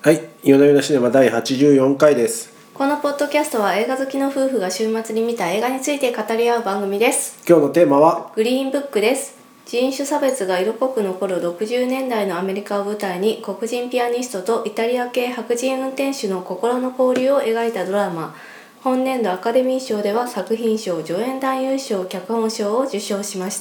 はい、夜な夜なシネマ第84回です。 このポッドキャストは映画好きの夫婦が週末に見た映画について語り合う番組です。 今日のテーマはグリーンブックです。人種差別が色濃く残る60年代のアメリカを舞台に、黒人ピアニストとイタリア系白人運転手の心の交流を描いたドラマ。本年度アカデミー賞では作品賞、助演男優賞、脚本賞を受賞しました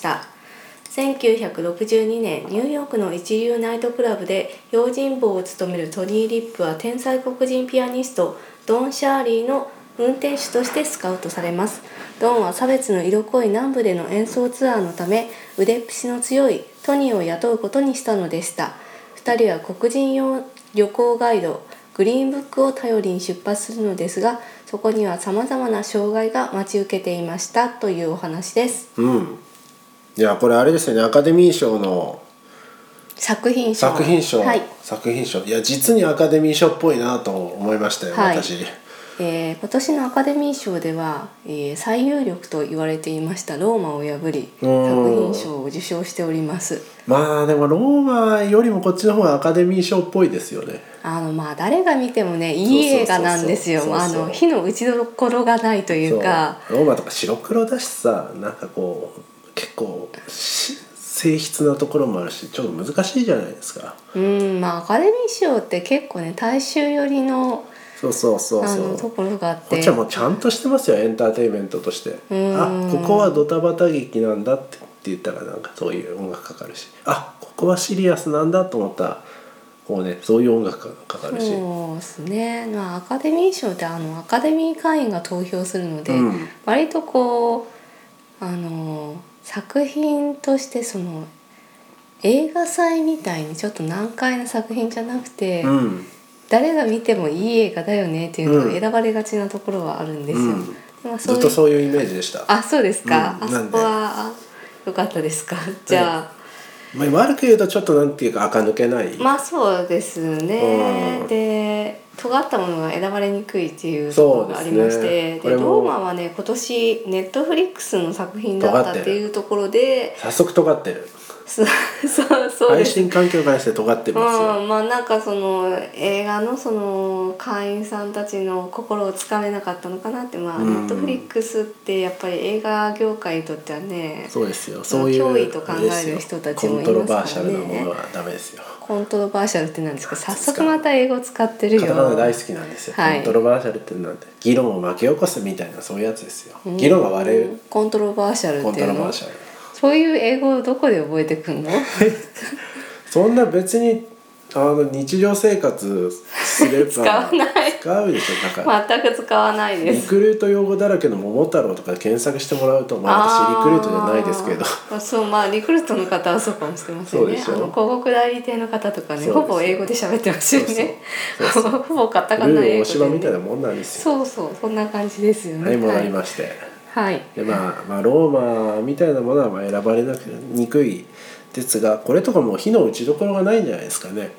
。1962年、ニューヨークの一流ナイトクラブで用心棒を務めるトニー・リップは天才黒人ピアニストドン・シャーリーの運転手としてスカウトされます。ドンは差別の色濃い南部での演奏ツアーのため、腕っぷしの強いトニーを雇うことにしたのでした。2人は黒人用旅行ガイドグリーンブックを頼りに出発するのですが、そこにはさまざまな障害が待ち受けていましたというお話です。 いやこれあれですよね、アカデミー賞の作品賞、 はい、作品賞、いや実にアカデミー賞っぽいなと思いましたよ、 はい、 私。 今年のアカデミー賞では、最有力と言われていましたローマを破り作品賞を受賞しております。 まあでもローマよりもこっちの方がアカデミー賞っぽいですよね。 誰が見てもね、いい映画なんですよ。火の打ちどころがないというか、 ローマとか白黒だしさ、なんかこう結構静筆なところもあるし、ちょっと難しいじゃないですか。 アカデミー賞って結構ね、大衆寄りのところがあって、 こっちはもうちゃんとしてますよ、エンターテインメントとして。ここはドタバタ劇なんだって言ったらなんかそういう音楽かかるし、ここはシリアスなんだと思ったらこうね、そういう音楽がかかるし。 そうですね。アカデミー賞ってアカデミー会員が投票するので、割とこう作品としてその映画祭みたいにちょっと難解な作品じゃなくて、誰が見てもいい映画だよねっていうのが選ばれがちなところはあるんですよ。 ずっとそういうイメージでした。 そうですか。あそこは良かったですか。じゃあ、 悪く言うとちょっとなんていうか垢抜けない。 そうですね。で、尖ったものが選ばれにくいっていうところがありまして、でローマはね、今年ネットフリックスの作品だったっていうところで早速尖ってる。 そうです配信環境からして尖ってますよ。 なんかその映画のその会員さんたちの心をつかめなかったのかなって。ネットフリックスってやっぱり映画業界にとってはね、 そうですよ。そういう脅威と考える人たちもいますからね。 コントロバーシャルなものはダメですよ。 コントロバーシャルって何ですか。早速また英語使ってるよ。 カタカナ大好きなんですよ。コントロバーシャルってなんて議論を巻き起こすみたいな、そういうやつですよ。議論が割れる。 コントロバーシャルっていうの。そういう英語をどこで覚えてくんの？ そんな別に日常生活すれば使わない。 使うでしょ。だから全く使わないです。 リクルート用語だらけの桃太郎とか検索してもらうと、私リクルートじゃないですけど、 リクルートの方はそうかもしれませんね。広告代理店の方とかね、ほぼ英語で喋ってますよね。ほぼカタカナ英語で、ね。 お芝みたいなもんなんですよ。 そんな感じですよね。 はい、戻りまして。でローマみたいなものは選ばれにくいですが、これとかも火の打ちどころがないんじゃないですかね。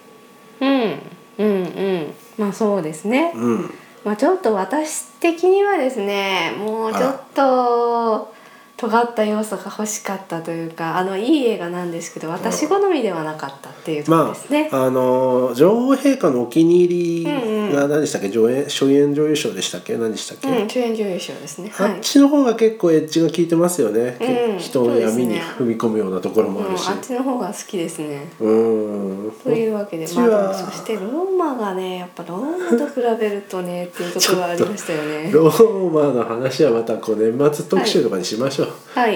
そうですね。ちょっと私的にはですね、もうちょっと尖った要素が欲しかったというか、いい映画なんですけど、私好みではなかったっていうところですね。 女王陛下のお気に入りが何でしたっけ、主演女優賞でしたっけ、何でしたっけ、 主演女優賞ですね。 あっちの方が結構エッジが効いてますよね。人の闇に踏み込むようなところもあるし、 あっちの方が好きですね。というわけで、そしてローマがね、やっぱローマと比べるとねっていうところがありましたよね。 ローマの話はまた年末特集とかにしましょう。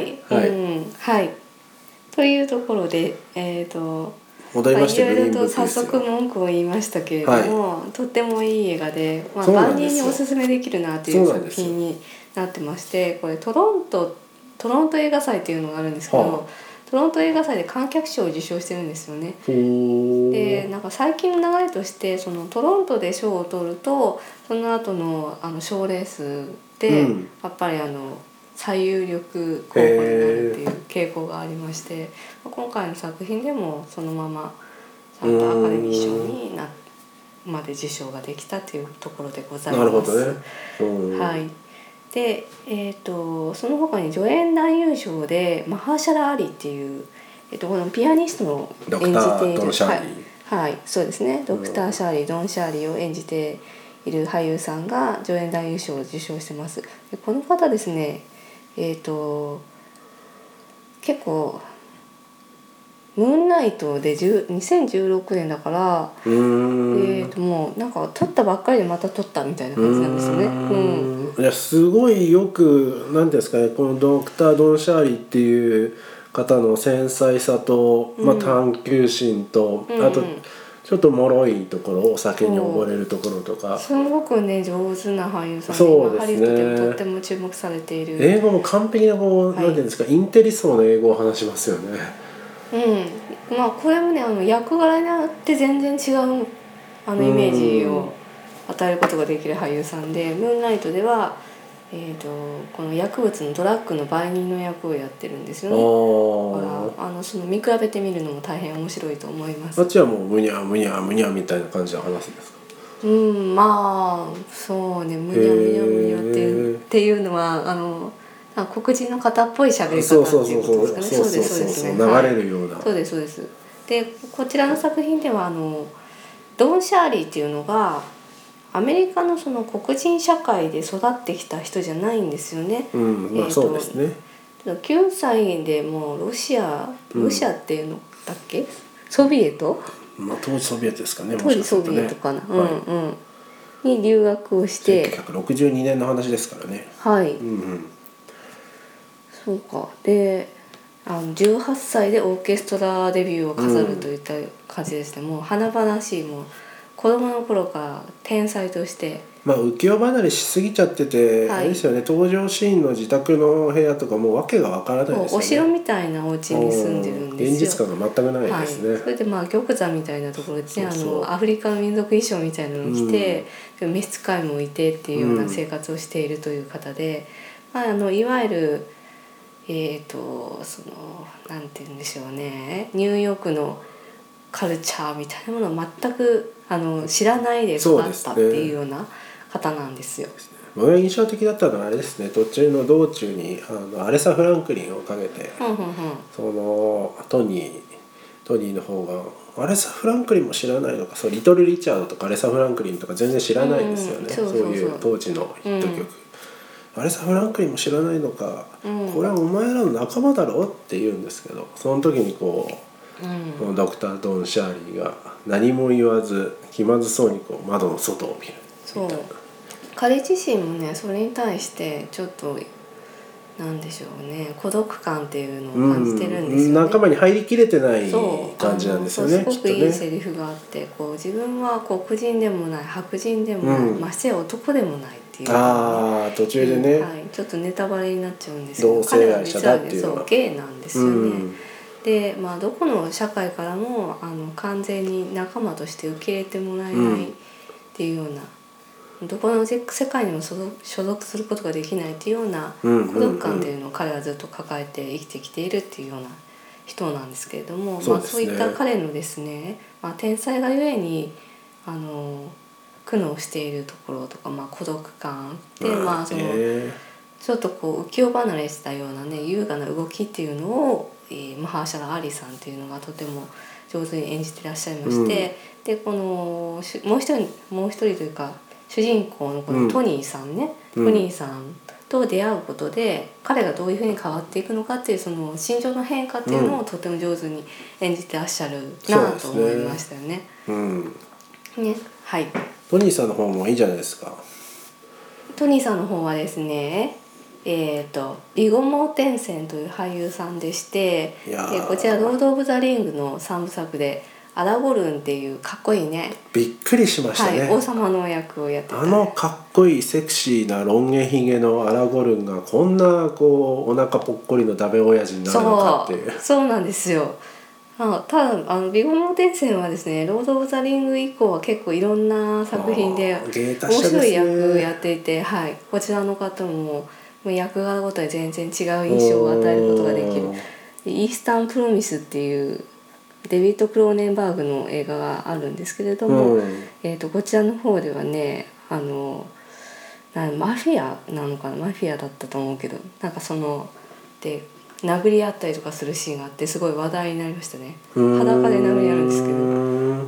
というところで、 戻りまして、 いろいろと早速文句を言いましたけれども、とってもいい映画で、万人におすすめできるなという作品になってまして、これトロント映画祭っていうのがあるんですけど、トロント映画祭で観客賞を受賞してるんですよね。で、なんか最近の流れとして、そのトロントで賞を取ると、その後の賞レースで、やっぱり最有力候補になるっていう傾向がありまして、今回の作品でもそのままちゃんとアカデミー賞にまで受賞ができたというところでございます。 なるほどね。 で、その他に助演男優賞でマハーシャラ・アリっていう、このピアニストを演じているはいそうですね、ドクター・シャーリー、ドン・シャーリーを演じている俳優さんが助演男優賞を受賞してます。でこの方ですね、結構ムーンナイトで2016年だから、もうなんか撮ったばっかりでまた撮ったみたいな感じなんですね。 いやすごいよく何ていうんですかね、このドクター・ドン・シャーリーっていう方の繊細さと、探求心と、あとちょっと脆いところ、お酒に溺れるところとかすごくね上手な俳優さんで、 そうですね、 今ハリウッドでもとっても注目されている。 英語も完璧なこう、なんていうんですか、インテリ層の英語を話しますよね。 まあこれもね役柄によって全然違うイメージを与えることができる俳優さんで、ムーンナイトでは、この薬物のドラッグの売人の役をやってるんですよね。だからその見比べてみるのも大変面白いと思います。 あっちはもうむにゃむにゃむにゃみたいな感じで話すんですか？ まあそうね、むにゃむにゃむにゃっていうのは黒人の方っぽい喋り方っていうことですかね。そうですそうですね。 流れるような、 そうですそうです。でこちらの作品ではドン・シャーリーっていうのがアメリカのその黒人社会で育ってきた人じゃないんですよね。 そうですね。 9歳でもうロシアっていうのだっけ、ソビエト、 当時ソビエトですかね。 当時ソビエトかな、に留学をして 1962年の話ですからね。 はい、そうか。で18歳でオーケストラデビューを飾るといった感じですね。もう華々しい、もう子供の頃から天才として浮世離れしすぎちゃってて、あれですよね、登場シーンの自宅の部屋とかもう訳がわからないですよね。 お城みたいなお家に住んでるんですよ。 現実感が全くないですね。 それで玉座みたいなところでね、アフリカの民族衣装みたいなのを着て、召使いもいてっていうような生活をしているという方で、いわゆるなんて言うんでしょうね、ニューヨークのカルチャーみたいなものを全く知らないで育ったっていうような方なんですよ。 僕が印象的だったのはあれですね、途中の道中にアレサ・フランクリンをかけて、そのトニーの方がアレサ・フランクリンも知らないのか、リトル・リチャードとかアレサ・フランクリンとか全然知らないですよね。そういう当時のヒット曲、アレサ・フランクリンも知らないのか、これはお前らの仲間だろって言うんですけど、その時にこのドクター・ドン・シャーリーが何も言わず気まずそうに窓の外を見るみたいな。 彼自身もねそれに対してちょっとなんでしょうね、孤独感っていうのを感じてるんですよね。 仲間に入りきれてない感じなんですよね。 すごくいいセリフがあって、自分は黒人でもない白人でもない、ましてや男でもないっていう、 途中でね、 ちょっとネタバレになっちゃうんですけど、 同性愛者だっていうのはゲイなんですよね。でどこの社会からも完全に仲間として受け入れてもらえないっていうような、どこの世界にも所属することができないっていうような孤独感っていうのを彼はずっと抱えて生きてきているっていうような人なんですけれども、そういった彼のですね、天才がゆえに苦悩しているところとか、孤独感で、ちょっと浮世離れしたようなね優雅な動きっていうのを、マハーシャラ・アリさんっていうのがとても上手に演じてらっしゃいまして、でこのもう一人というか主人公のこのトニーさんね、トニーさんと出会うことで彼がどういうふうに変わっていくのかっていうその心情の変化っていうのをとても上手に演じてらっしゃるなと思いましたよね。はい。 トニーさんの方もいいじゃないですか。 トニーさんの方はですね、ビゴ・モーテンセンという俳優さんでして、こちらロード・オブ・ザ・リングの3部作でアラゴルンっていうかっこいいね、 びっくりしましたね、 王様の役をやってたかっこいいセクシーなロン毛ひげのアラゴルンがこんなお腹ぽっこりのダメ親父になるのかっていう。 そうなんですよ。ただビゴ・モーテンセンはですね、ロード・オブ・ザ・リング以降は結構いろんな作品で面白い役やっていて、こちらの方も役柄ごとに全然違う印象を与えることができる。イースタン・プロミスっていうデビッド・クローネンバーグの映画があるんですけれども、こちらの方ではねマフィアなのかな、マフィアだったと思うけど、で殴り合ったりとかするシーンがあってすごい話題になりましたね。裸で殴り合うんですけど、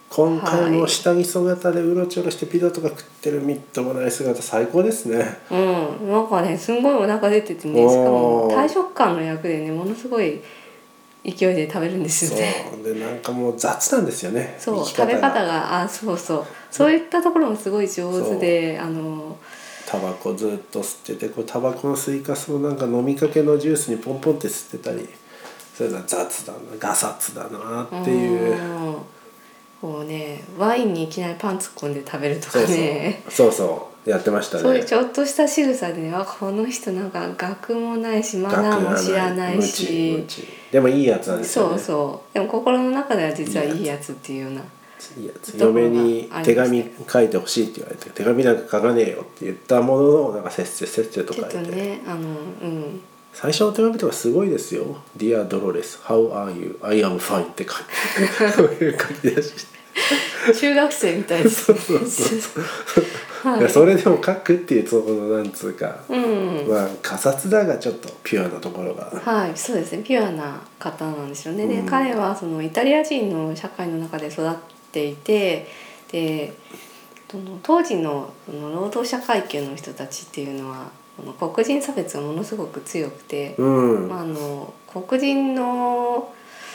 今回も下着姿でうろちょろしてピザとか食ってるみっともない姿最高ですね。 なんかねすんごいお腹出ててね、しかも大食漢の役でねものすごい勢いで食べるんですよね。 そうでなんかもう雑なんですよね。 そう食べ方がそういったところもすごい上手で、 タバコずっと吸ってて、こうタバコの吸いかすをなんか飲みかけのジュースにポンポンって吸ってたり、それが雑だなガサツだなっていう。 こうねワインにいきなりパン突っ込んで食べるとかね、 そうやってましたね。 そういうちょっとした仕草でね、この人なんか学もないしマナーも知らないし、 でもいいやつなんですよね。 でも心の中では実はいいやつっていうような。 いいやつ。嫁に手紙書いてほしいって言われて、手紙なんか書かねえよって言ったもののなんかせっせと書いて、ちょっとね最初の手紙とかすごいですよ。Dear Dolores, how are you? I am fine って書いてそういう書き出しして中学生みたいですね。 はい、それでも書くっていうそのなんつうか、まあ仮殺だがちょっとピュアなところが、 そうですね、ピュアな方なんですよね。で彼はそのイタリア人の社会の中で育っていて、で当時のその労働者階級の人たちっていうのは黒人差別がものすごく強くて、黒人の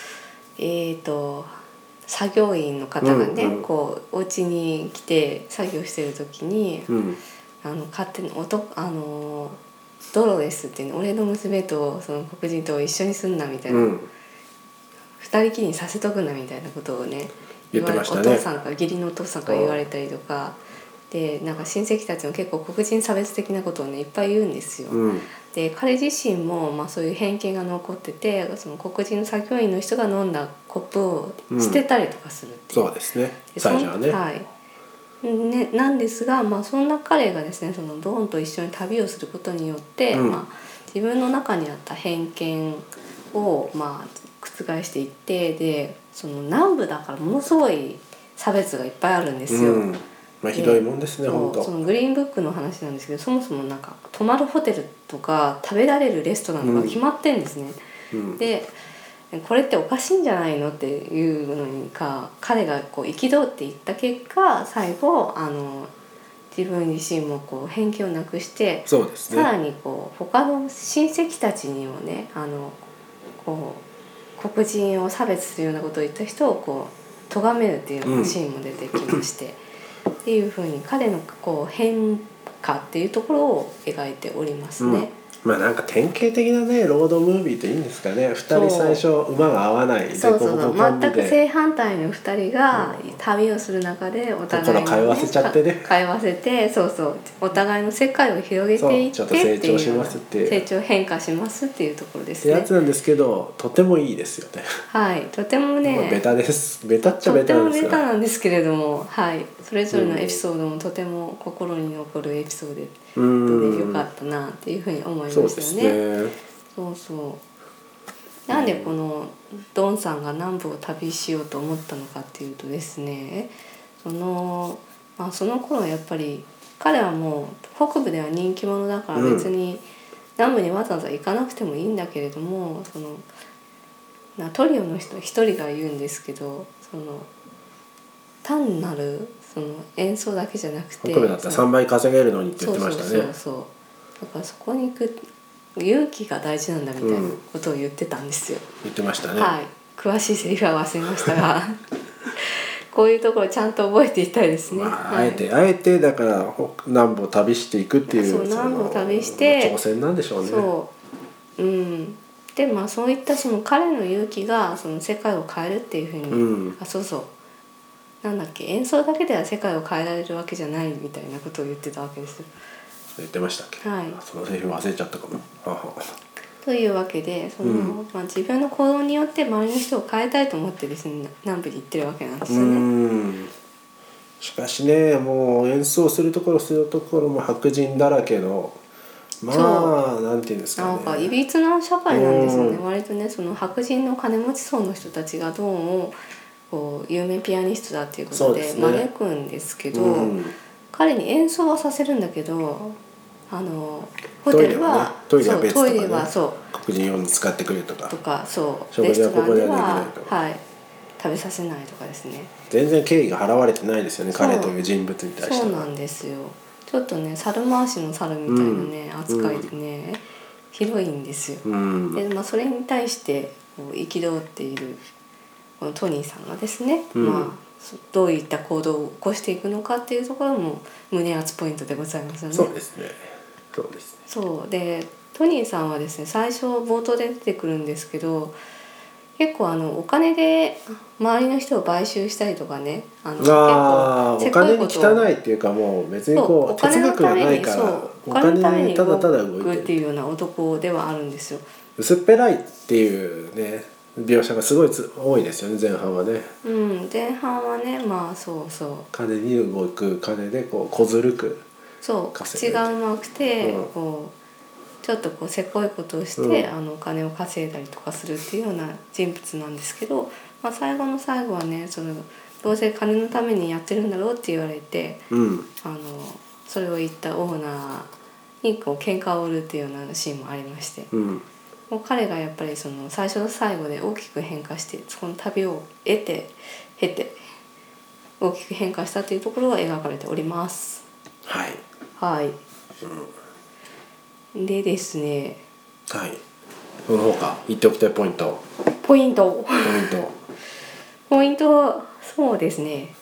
作業員の方がね、こうお家に来て作業してる時に、勝手にドロレスっていう、俺の娘とその黒人と一緒に住んだみたいな、二人きりにさせとくなみたいなことをね言ってましたね。 お父さんか義理のお父さんから言われたりとかで、なんか親戚たちも結構黒人差別的なことをねいっぱい言うんですよ。で彼自身もそういう偏見が残ってて、その黒人の作業員の人が飲んだコップを捨てたりとかするっていう、 そうですね、最初はね、 なんですが、そんな彼がですねそのドーンと一緒に旅をすることによって、自分の中にあった偏見を覆していって、でその南部だからものすごい差別がいっぱいあるんですよ。 ひどいもんですね本当。 そのグリーンブックの話なんですけど、そもそもなんか泊まるホテルとか食べられるレストランとか決まってんですね。でこれっておかしいんじゃないのっていうのに彼がこう憤っていった結果、最後自分自身もこう偏見をなくして、 そうですね、 さらにこう他の親戚たちにもねこう黒人を差別するようなことを言った人をこう咎めるっていうようなシーンも出てきまして、っていうふうに彼のこう変化っていうところを描いておりますね。 なんか典型的なねロードムービーといいんですかね。2人最初馬が合わないで全く正反対の2人が旅をする中でお互いに、 通わせちゃってね、 通わせてお互いの世界を広げていってちょっと成長しますっていう、 成長変化しますっていうところですね。 やつなんですけど、とてもいいですよね。 はい、とてもね、 ベタです。ベタっちゃベタなんですが、 とてもベタなんですけれども、はい、それぞれのエピソードもとても心に残るエピソードでよかったなっていうふうに思いましたよね。なんでこのドンさんが南部を旅しようと思ったのかっていうとですね、その頃やっぱり彼はもう北部では人気者だから別に南部にわざわざ行かなくてもいいんだけれども、そのトリオの人一人が言うんですけど、その単なるその演奏だけじゃなくて、 北部だったら3倍稼げるのにって言ってましたね。 だからそこに行く勇気が大事なんだみたいなことを言ってたんですよ。 言ってましたね。 はい、詳しいセリフは忘れましたがこういうところちゃんと覚えていたいですね。 あえてだから南部を旅していくっていう、 南部を旅して挑戦なんでしょうね。 でそういったその彼の勇気がその世界を変えるっていうふうに、なんだっけ、演奏だけでは世界を変えられるわけじゃないみたいなことを言ってたわけですよ。 言ってましたっけ。 はい、 そのセリフ忘れちゃったかも。 というわけで自分の行動によって周りの人を変えたいと思ってですね、南部に行ってるわけなんですよね。 しかしね、もう演奏するところも白人だらけのなんていうんですかね、 なんかいびつな社会なんですよね。割とね、その白人の金持ち層の人たちがどうもこう有名ピアニストだっていうことで招くんですけど、彼に演奏はさせるんだけど、ホテルはトイレは別とかね、 黒人用に使ってくれとかレストランでは食べさせないとかですね。 全然敬意が払われてないですよね、 そう彼という人物に対しては。 そうなんですよ。ちょっとね猿回しの猿みたいなね、扱いでね、ひどいんですよ。で、それに対してこう憤っているこのトニーさんがですね、どういった行動を起こしていくのかっていうところも胸熱ポイントでございますよね。 そうですね。そうですね。 そうでトニーさんはですね、最初冒頭で出てくるんですけど、結構お金で周りの人を買収したりとかね、結構お金に汚いっていうか、もう別にこう哲学がないからお金のためにただただ動動くっていてるいうような男ではあるんですよ。 薄っぺらいっていうね描写がすごい多いですよね、前半はね。 前半はね、 金に動く、金でこう小ずるく口がうまくて、こうちょっとこうせこいことをして、お金を稼いだりとかするっていうような人物なんですけど、最後の最後はね、どうせ金のためにやってるんだろうって言われて、それを言ったオーナーにこう喧嘩を売るっていうようなシーンもありまして、もう彼がやっぱり最初と最後で大きく変化して、その旅を経て大きく変化したっていうところが描かれております。はい。でですね、 その他言っておきたいポイントそうですね、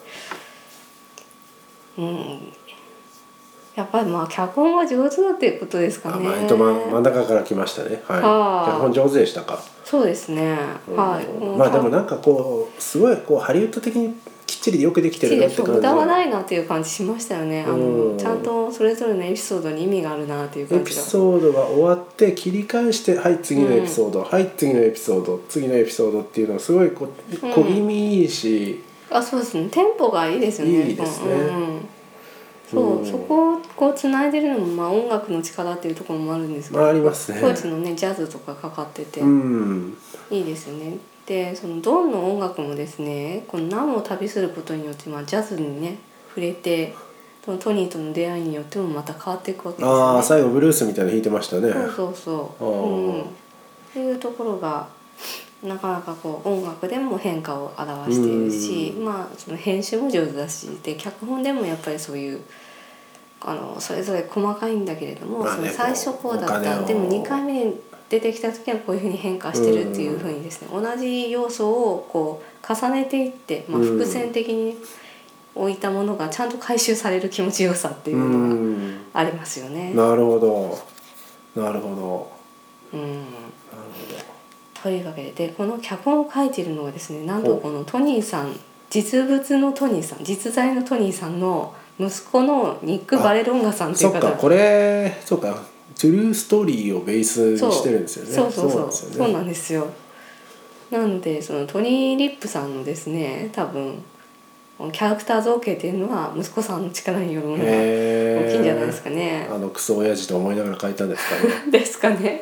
やっぱり脚本が上手だっていうことですかね。 真ん中から来ましたね。脚本上手でしたか。 そうですね。 でもなんかこうすごいこうハリウッド的にきっちりよくできてるなって感じ。 無駄はないなっていう感じしましたよね。ちゃんとそれぞれのエピソードに意味があるなっていう感じが。 エピソードが終わって切り返して、はい次のエピソード、はい次のエピソード、次のエピソードっていうのはすごい小気味いいし、 そうですね。テンポがいいですよね。 いいですね。 そこをこうつないでるのも音楽の力っていうところもあるんですけど、 ありますね。 当時のねジャズとかかかってて、いいですよね。でドンの音楽もですね、この南を旅することによってジャズにね触れて、トニーとの出会いによってもまた変わっていくわけですよね。 最後ブルースみたいなの弾いてましたね。 っていうところがなかなかこう音楽でも変化を表しているし、その編集も上手だし、で脚本でもやっぱりそういうそれぞれ細かいんだけれども、最初こうだった、でも2回目に出てきた時はこういうふうに変化してるっていうふうにですね、同じ要素をこう重ねていって、伏線的に置いたものがちゃんと回収される気持ちよさっていうのがありますよね。 なるほど。 というわけで、この脚本を書いているのがですね、なんとこのトニーさん、実物のトニーさん、実在のトニーさんの息子のニック・バレロンガさんっていう方。トゥルーストーリーをベースにしてるんですよね。 そうなんですよ。なのでトニー・リップさんのですね、多分キャラクター造形っていうのは息子さんの力によるものが大きいんじゃないですかね。 クソ親父と思いながら書いたんですかね。 ですかね。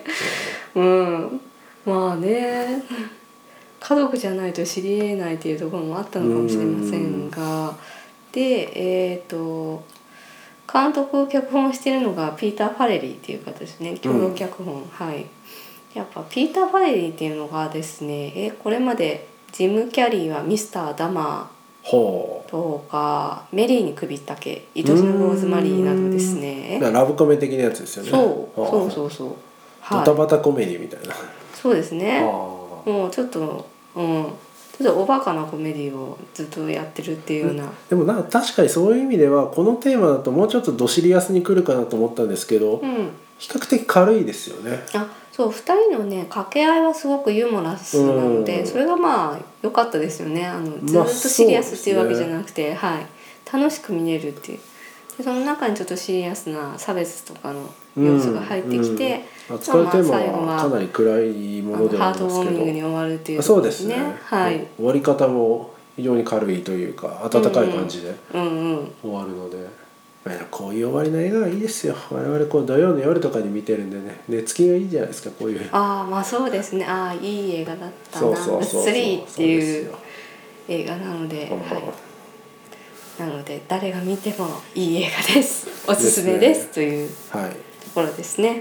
家族じゃないと知り得ないっていうところもあったのかもしれませんが、で監督脚本をしているのがピーター・ファレリーっていう方ですね。共同脚本、やっぱピーター・ファレリーっていうのがですね、これまでジム・キャリーはミスター・ダマーとかメリーに首ったけ、愛しのローズマリーなどですね、 ラブコメ的なやつですよね。ドタバタコメディみたいな。 そうですね。もうちょっとおバカなコメディをずっとやってるっていうような。 でも確かにそういう意味ではこのテーマだともうちょっとどシリアスに来るかなと思ったんですけど、比較的軽いですよね。 2人のね掛け合いはすごくユーモラスなので、それが良かったですよね。ずっとシリアスっていうわけじゃなくて、楽しく見れるっていう。でその中にちょっとシリアスな差別とかの要素が入ってきて、 扱うテーマはかなり暗いものではありますけど、 ハートウォーミングに終わるっていうそうですね。終わり方も非常に軽いというか温かい感じで終わるので、こういう終わりの映画がいいですよ。我々こう土曜の夜とかに見てるんでね、寝つきがいいじゃないですか、こういう。 そうですね。いい映画だったな。3っていう映画なので、なので誰が見てもいい映画です。おすすめですというところですね。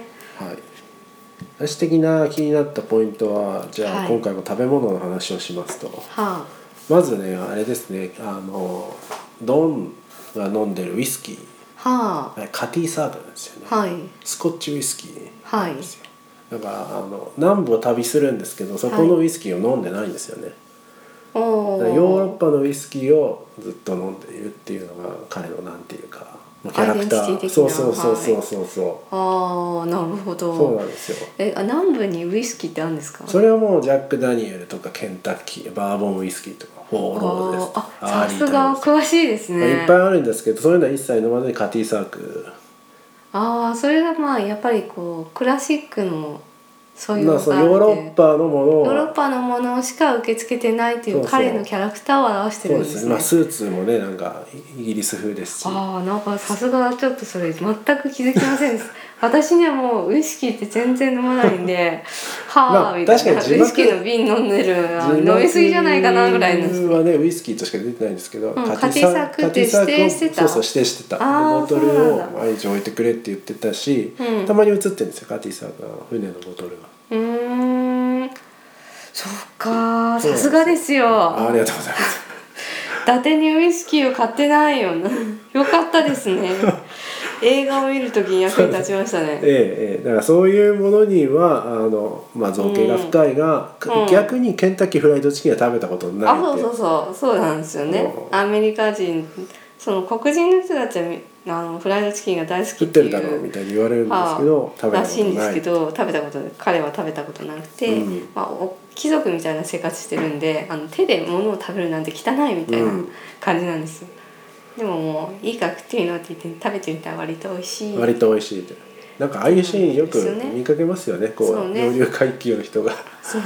私的な気になったポイントは、じゃあ今回も食べ物の話をしますと、 まずねあれですね、ドンが飲んでるウイスキー、 はカティサードなんですよね、 あ、はいスコッチウイスキーはいなんですよ。だから南部を旅するんですけど、そこのウイスキーを飲んでないんですよね、 おだからヨーロッーパのウイスキーをずっと飲んでいるっていうのが彼のなんていうかキャラクター、 アイデンティティ的なそうそうそうそうそうそう、 ああ、なるほど。 そうなんですよ。 南部にウイスキーってあるんですか？ それはもうジャック・ダニエルとかケンタッキーバーボンウイスキーとかフォーロードですとかさすが詳しいですね。 いっぱいあるんですけど、そういうのは一切飲まずにカティサーク、 それがまあやっぱりこうクラシックのそういうのがあって、 ヨーロッパのものをヨーロッパのものしか受け付けてないというそう彼のキャラクターを表してるんですね。 スーツもねなんかイギリス風ですし、 なんかさすがちょっとそれ全く気づきませんでした。私にはもうウイスキーって全然飲まないんではあ、みたいな、ウイスキーの瓶飲んでる飲みすぎじゃないかなぐらいの。 字幕はねウイスキーとしか出てないんですけど、 カティサークって指定してた。 そう指定してた。ボトルを毎日置いてくれって言ってたし、たまに映ってるんですよカティサークの船のボトルが。 そっか、さすがですよ。 ありがとうございます。 伊達にウイスキーを買ってないよな。よかったですね。映画を見るときに役に立ちましたね。 だからそういうものには造形が深いが、逆にケンタッキーフライドチキンは食べたことないって。 そうなんですよね。アメリカ人、その黒人の人たちはフライドチキンが大好きっていう。 食ってるだろうみたいに言われるんですけど、食べたことない。らしいんですけど、 彼は食べたことなくて、貴族みたいな生活してるんで、手で物を食べるなんて汚いみたいな感じなんですよ。でももういいから食ってみろって言って食べてみたら割と美味しい。 割と美味しいって。なんかああいうシーンよく見かけますよね。こう上流階級の人が。 そう。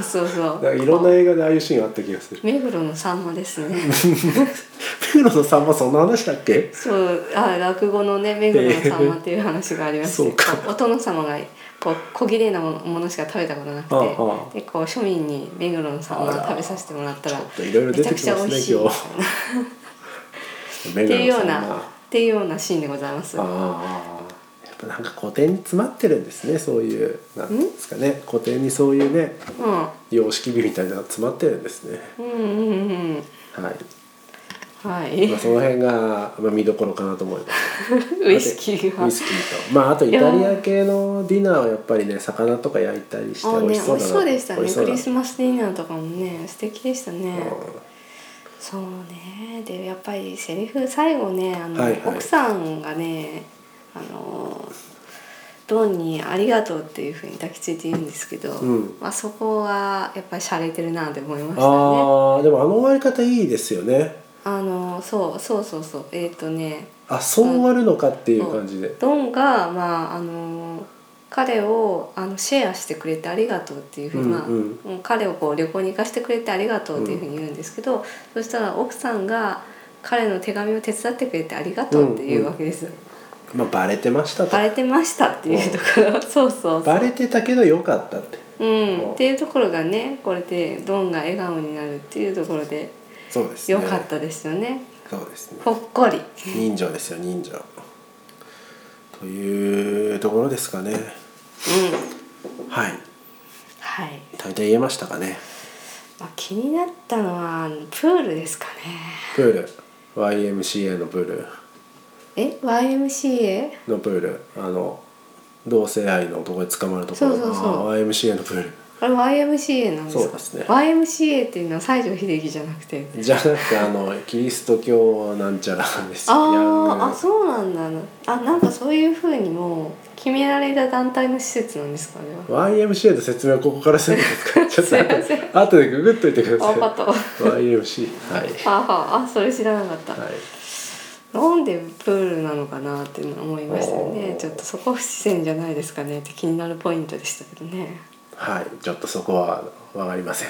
いろんな映画でああいうシーンあった気がする。 目黒のさんまですね。 目黒のさんまそんな話だっけ？ そう、落語のね目黒のさんまっていう話がありまして、お殿様がこう小綺麗なものしか食べたことなくて、でこう庶民に目黒のさんま食べさせてもらったらめちゃくちゃ美味しいみたいな。っていうようなシーンでございます。 やっぱなんか古典に詰まってるんですね。そういうなんですかね、古典にそういうね、様式美みたいなのが詰まってるんですね。はい。その辺が見どころかなと思います。 ウイスキーとあとイタリア系のディナーはやっぱりね魚とか焼いたりして美味しそうだな。 そうでしたね。クリスマスディナーとかもね素敵でしたね。そうね。でやっぱりセリフ最後ね奥さんがねドンにありがとうっていうふうに抱きついて言うんですけど、そこはやっぱり洒落てるなって思いましたね。 でも終わり方いいですよね。 そうそう終わるのかっていう感じでドンが彼をシェアしてくれてありがとうっていうふうに、彼をこう旅行に行かせてくれてありがとうっていうふうに言うんですけど、そしたら奥さんが彼の手紙を手伝ってくれてありがとうっていうわけですよ。 バレてましたと。 バレてましたっていうところ、そうバレてたけど良かったって。 っていうところがね、これでドンが笑顔になるっていうところで良かったですよね。 そうですね。 ほっこり。 人情ですよ人情。というところですかね。はい。大体言えましたかね。 気になったのはプールですかね。 プール、YMCA のプール。 YMCA のプール、同性愛の男に捕まるところ。YMCA のプール。 あれ YMCA なんですか？ そうですね。 YMCA っていうのは西城秀樹じゃなくて。 じゃなくてキリスト教なんちゃらですよ。 そうなんだ。なんかそういう風にも決められた団体の施設なんですかね。 YMCA の説明はここからするんですか？ちょっと後でググっといてください。 分かった。 YMCA はい。 それ知らなかった。なんでプールなのかなって思いましたよね。ちょっとそこ不自然じゃないですかねって気になるポイントでしたけどね。 はい、ちょっとそこは分かりません。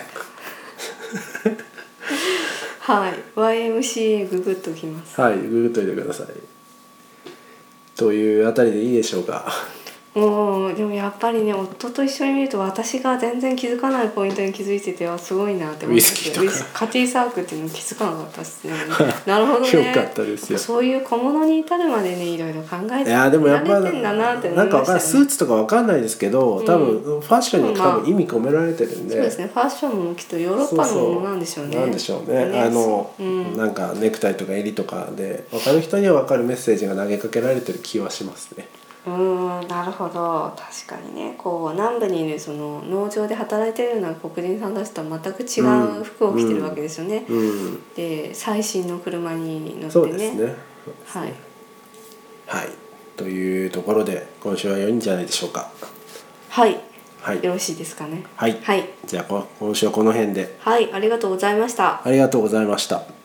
YMCA ググっときます。 ググっといてください。というあたりでいいでしょうか。 でもやっぱりね、夫と一緒に見ると私が全然気づかないポイントに気づいてて、すごいなって思って、カティサークっていうの気づかなかったですね。なるほどね。 よかったですよ。 そういう小物に至るまでね、いろいろ考えてでもやっぱられてんだなって思いましたね。 なんかスーツとかわかんないですけど、多分ファッションに多分意味込められてるんで、 そうですね。ファッションもきっとヨーロッパのものなんでしょうね。 なんでしょうね。なんかネクタイとか襟とかで分かる人には分かるメッセージが投げかけられてる気はしますね。 なるほど。確かにね、こう南部にいるその農場で働いてるような黒人さんたちとは全く違う服を着てるわけですよね。で、最新の車に乗ってね。 そうですね。 はい。 はい。というところで今週は良いんじゃないでしょうか。 はい。 はい。 よろしいですかね。 はい。 はい。 じゃあ今週はこの辺で。 はい、ありがとうございました。 ありがとうございました。